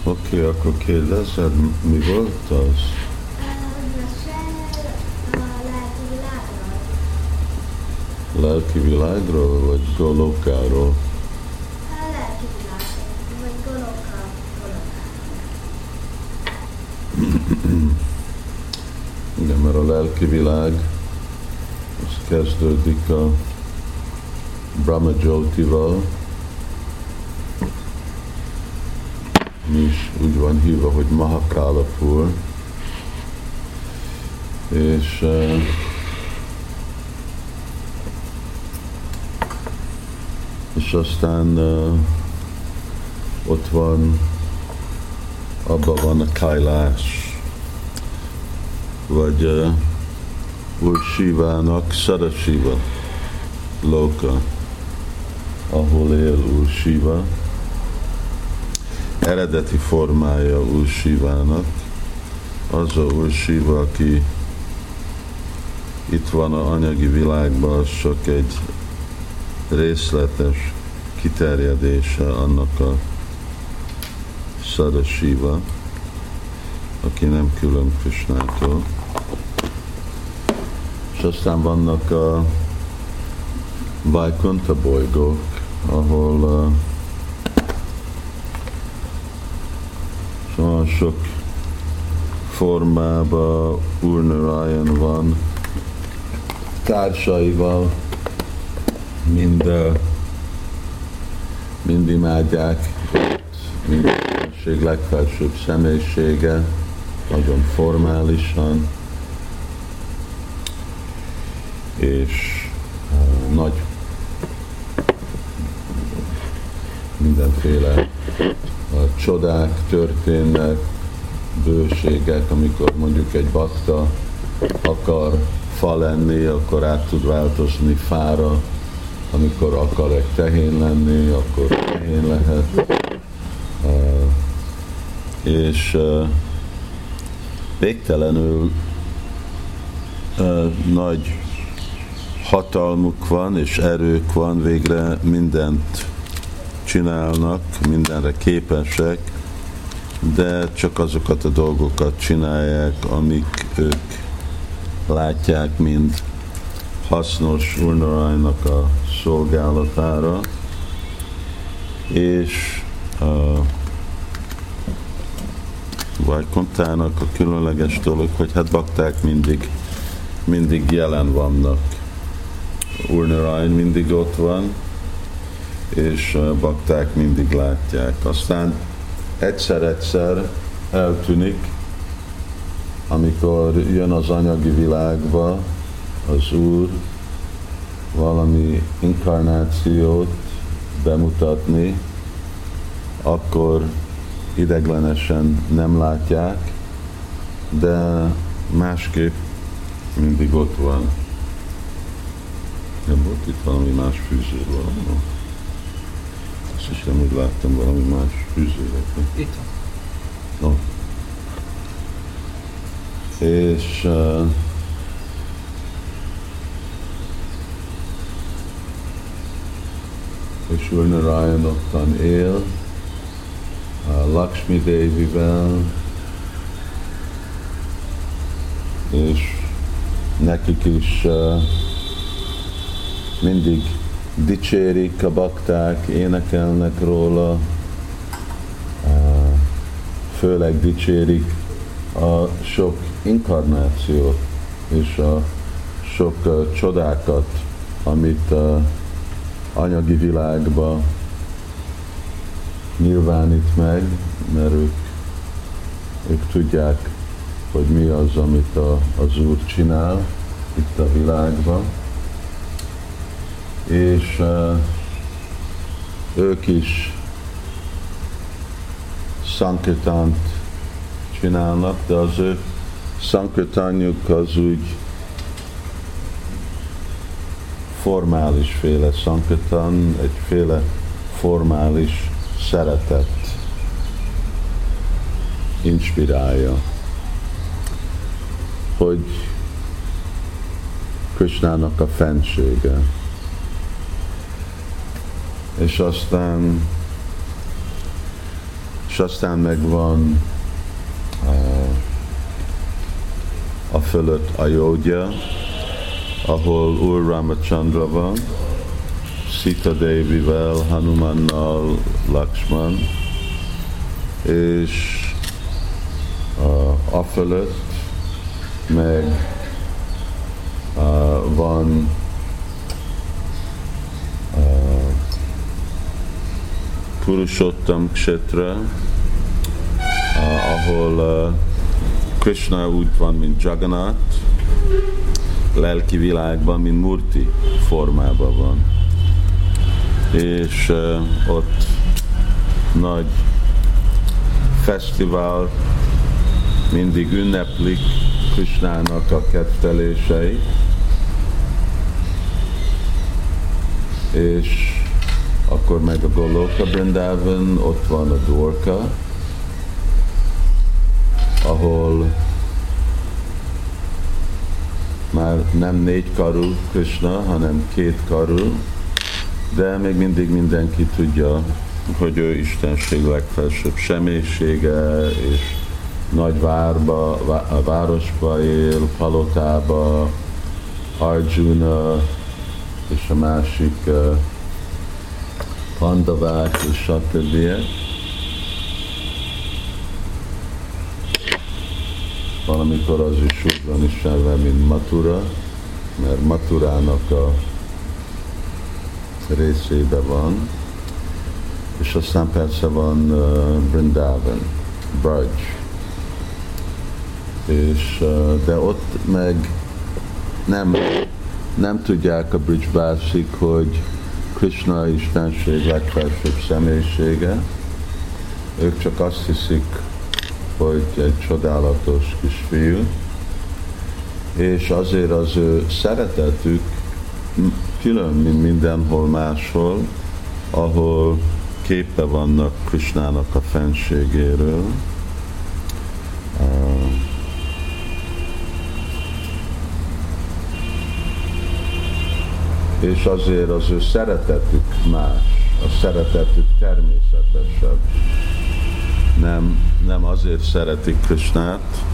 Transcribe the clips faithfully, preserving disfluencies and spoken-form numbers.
Oké, okay, akkor kérdezzed, mi volt az? Lelki világról, vagy Golokáról? Lelki világról, vagy Golokáról. Igen, mert a lelki világ az kezdődik a Brahma Jyotival, mi is úgy van hívva, hogy Mahakalapur, és uh, és aztán uh, ott van, abban van a Kailash, vagy uh, Úr Sivának Sadasiva Loka, ahol él Úr Siva. Eredeti formája Úr Sivának az a Úr Siva, aki itt van az anyagi világban, az csak egy részletes kiterjedése annak a Sadasiva, aki nem külön Krishnától. És aztán vannak a Vaikuntha bolygók, ahol uh, olyan sok formában Úr Narayan van, társaival, mind, uh, mind imádják, mind a legfelsőbb személyisége, nagyon formálisan, és uh, nagy mindenféle uh, csodák történnek, bőségek, amikor mondjuk egy bakta akar fa lenni, akkor át tud változni fára, amikor akar egy tehén lenni, akkor tehén lehet. Uh, és uh, végtelenül uh, nagy hatalmuk van, és erők van, végre mindent csinálnak, mindenre képesek, de csak azokat a dolgokat csinálják, amik ők látják, mint hasznos Úr Narayana-nak a szolgálatára, és a Vaikunthának a különleges dolog, hogy hát bakták mindig, mindig jelen vannak. Úr Narayana mindig ott van, és a bakták mindig látják. Aztán egyszer-egyszer eltűnik, amikor jön az anyagi világba az Úr valami inkarnációt bemutatni, akkor ideglenesen nem látják, de másképp mindig ott van. Nem volt itt valami más fűző valami? Azt is nem úgy láttam valami más fűzőt. Itt van. No. És uh, és Úr Narayana ottan él, uh, Lakshmi Devivel, és nekik is uh, mindig dicsérik a bakták, énekelnek róla, uh, főleg dicsérik a sok inkarnációt és a sok uh, csodákat, amit a uh, anyagi világba nyilvánít meg, mert ők, ők tudják, hogy mi az, amit a, az Úr csinál itt a világban. És uh, ők is Sankirtánt csinálnak, de az ő Sankirtánjuk az úgy formális féle Sankirtán, egyféle formális szeretet inspirálja, hogy Krishnának a fensége. És aztán és aztán megvan a fölött Ayodhya, ahol Úr Ramachandra van, Sita Devivel, Hanumannal, Lakshman, és uh, a fölött meg uh, van uh, Purushottam Kshetra, uh, ahol uh, Krishna úgy van, mint Jagannath, lelki világban, mint Murti formában van. És uh, ott nagy fesztivál, mindig ünneplik Krishnának a kettelései, és akkor meg a Goloka Vrindavan, ott van a Dwarka, ahol már nem négy karú Krishna, hanem két karú, de még mindig mindenki tudja, hogy ő istenség legfelsőbb személyisége, és nagy várba, vá, városba él, palotába, Arjuna, és a másik uh, Pandavák, és stb. Valamikor az is úgy van ismerve, mint Mathura, mert Mathurának a részébe van, és aztán persze van uh, Vrindavan, Braj. És, uh, de ott meg nem, nem tudják a Brijbásik, hogy Krishna istenség legfelsőbb személyisége. Ők csak azt hiszik, hogy egy csodálatos kisfiú, és azért az ő szeretetük külön, mint mindenhol máshol, ahol képe vannak Krishnának a fenségéről. És azért az ő szeretetük más, a szeretetük természetesebb. Nem, nem azért szeretik Krishnát,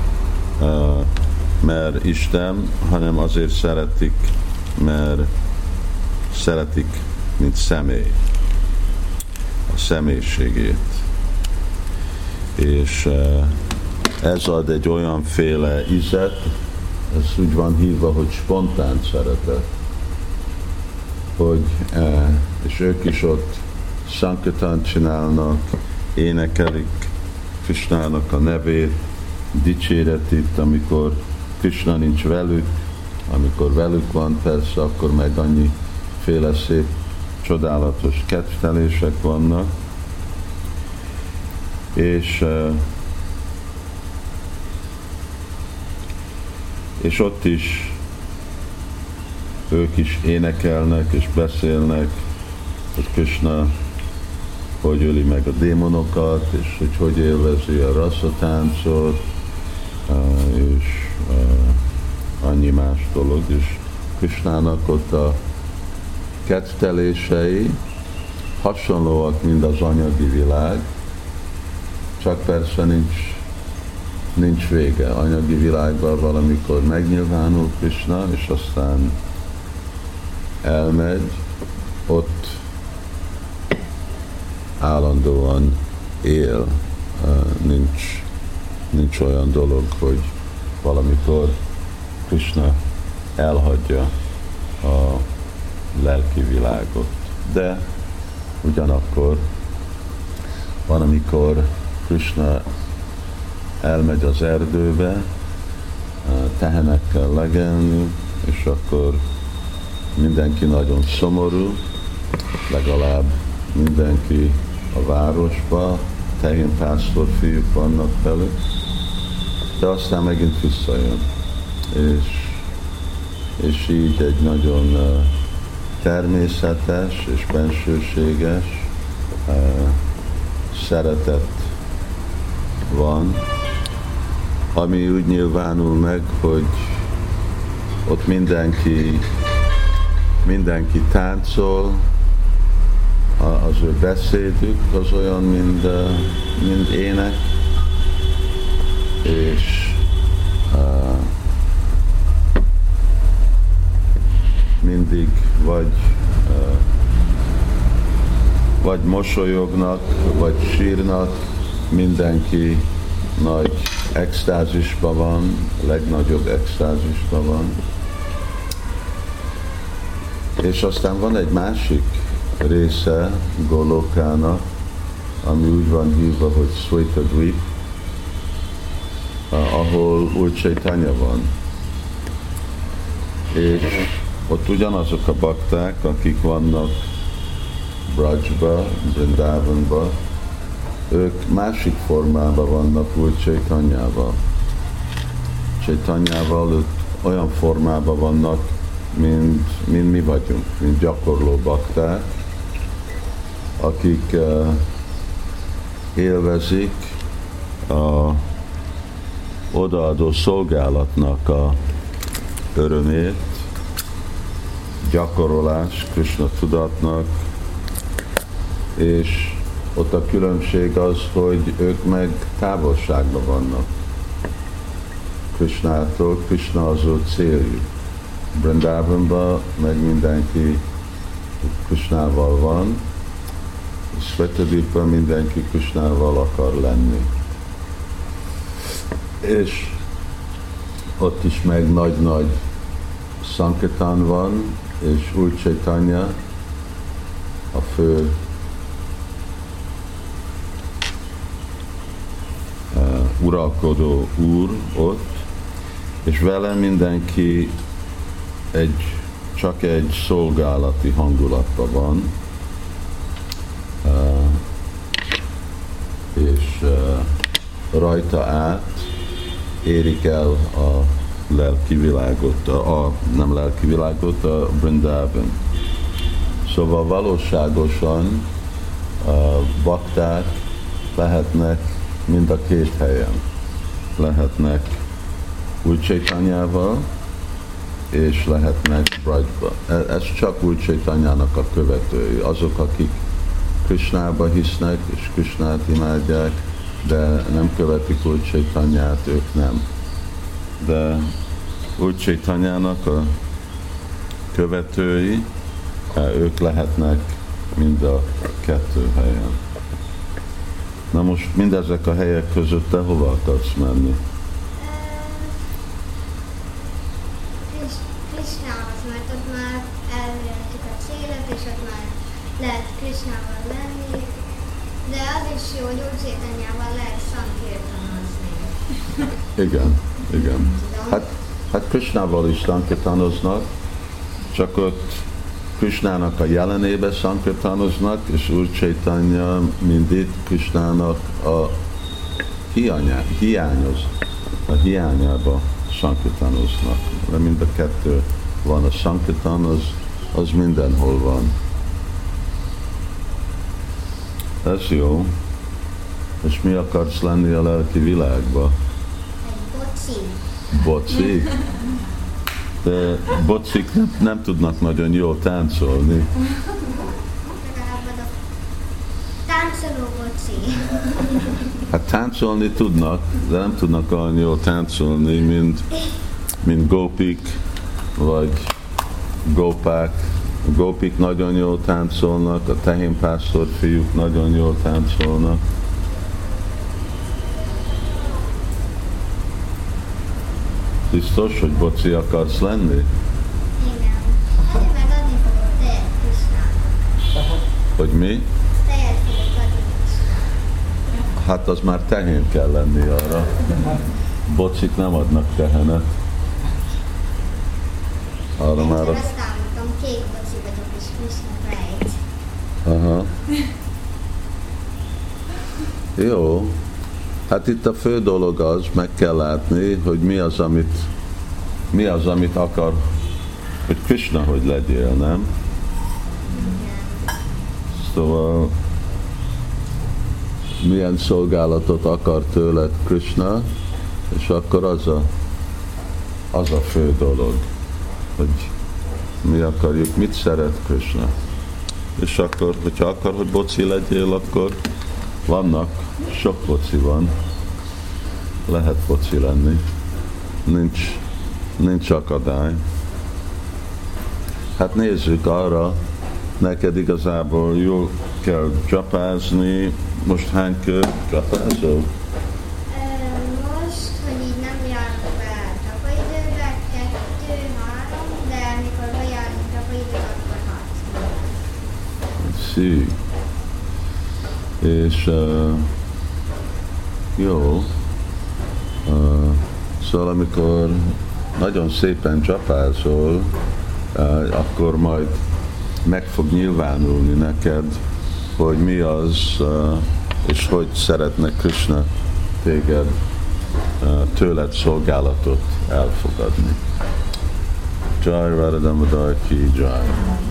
mert Isten, hanem azért szeretik, mert szeretik, mint személy, a személyiségét. És ez ad egy olyanféle ízet, ez úgy van hívva, hogy spontán szeretet, hogy, és ők is ott Sankirtan csinálnak, énekelik Krishnának a nevét, dicséretit, amikor Krishna nincs velük, amikor velük van, persze, akkor meg annyi féle szép, csodálatos kettelések vannak, és és ott is ők is énekelnek és beszélnek, hogy Krishna hogy öli meg a démonokat, és hogy hogy élvezi a rasszatáncot, és annyi más dolog. És Krishnának ott a kettelései hasonlóak, mint az anyagi világ, csak persze nincs, nincs vége. Anyagi világban valamikor megnyilvánul Krishna, és aztán elmegy, ott állandóan él, nincs, nincs olyan dolog, hogy valamikor Krishna elhagyja a lelki világot. De ugyanakkor van, amikor Krishna elmegy az erdőbe, tehenekkel legelni, és akkor mindenki nagyon szomorú, legalább mindenki a városba, tehénpásztor fiúk vannak velük, de aztán megint visszajön. És, és így egy nagyon természetes és bensőséges szeretet van, ami úgy nyilvánul meg, hogy ott mindenki, mindenki táncol, az ő beszédük az olyan, mint, mint ének, és uh, mindig vagy uh, vagy mosolyognak, vagy sírnak, mindenki nagy extázisban van, a legnagyobb extázisban van. És aztán van egy másik része Golokának, ami úgy van hívva, hogy Szvajtadvip, ahol Úr Chaitanya van. És ott ugyanazok a bakták, akik vannak Brajba, Vrindavanba, ők másik formában vannak Úr Chaitanyával. Chaitanyával ők olyan formában vannak, mint, mint mi vagyunk, mint gyakorló bakták, akik uh, élvezik a odaadó szolgálatnak a örömét, gyakorolás Krishna tudatnak, és ott a különbség az, hogy ők meg távolságban vannak Krishnától, Krishna az ő céljuk. Vrindavanban meg mindenki Krishnával van, és Szvajtadvipban mindenki Krishnával akar lenni. És ott is meg nagy-nagy Sankirtan van, és Úr Chaitanya a fő uh, uralkodó úr ott, és vele mindenki egy, csak egy szolgálati hangulatban van, uh, és uh, rajta át érik el a lelki világot, a, a nem lelki világot, a Vrindavan. Szóval valóságosan a bakták lehetnek mind a két helyen. Lehetnek Úr Chaitanyával, és lehetnek Brajba. Ez csak Úr Chaitanyának a követői. Azok, akik Krishnába hisznek, és Krishnát imádják, de nem követik Úr Chaitanyát, ők nem. De Úr Chaitanyának a követői, ők lehetnek mind a kettő helyen. Na most mindezek a helyek között te hova akarsz menni? Krishnához, mert ott már elértük a célt, és ott már lehet Krishnával lenni, de az is jó, hogy Úr Chaitanyával lehet szankirtanozni. Igen, igen. Hát, hát Krishnával is szankirtanoznak, csak ott Krishnának a jelenébe szankirtanoznak, és Úr Chaitanya mindig Krishnának a hiányá, hiányoz, a hiányába szankirtanoznak. De mind a kettő van, a sankirtan, az, az mindenhol van. Ez jó. És mi akarsz lenni a lelki világba? Egy boci. Boci? De bocik nem, nem tudnak nagyon jól táncolni. Legalább az a táncoló boci. Hát táncolni tudnak, de nem tudnak olyan jól táncolni, mint, mint gópik, vagy gópák. A gópik nagyon jól táncolnak, a tehénpásztor fiúk nagyon jól táncolnak. Biztos, hogy boci akarsz lenni? Igen. Azért meg adni fogok tejet Krishnának. Hogy mi? Tejet fogok adni Krishnának. Hát az már tehén kell lenni arra. Bocik nem adnak tehenet. Arra már a... Azt álmodtam, kék boci vagyok, és Krishna rejt. Aha. Jó. Hát itt a fő dolog az, meg kell látni, hogy mi az, amit, mi az, amit akar, hogy Krishna hogy legyél, nem? Szóval milyen szolgálatot akar tőled Krishna, és akkor az a, az a fő dolog, hogy mi akarjuk, mit szeret Krishna. és akkor, hogyha akar, hogy boci legyél, akkor vannak, sok boci van, lehet boci lenni, nincs, nincs akadály. Hát nézzük arra, neked igazából jól kell csapázni, most hány kör csapázol? Most, hogy így nem járok be csapaidőbe, kettő, három, de mikor bejárunk csapaidőbe, akkor hat. Szí. És uh, jó, uh, szóval amikor nagyon szépen csapázol, uh, akkor majd meg fog nyilvánulni neked, hogy mi az, uh, és hogy szeretne Krishna téged, uh, tőled szolgálatot elfogadni. Jai Radha Damodar ki Jai.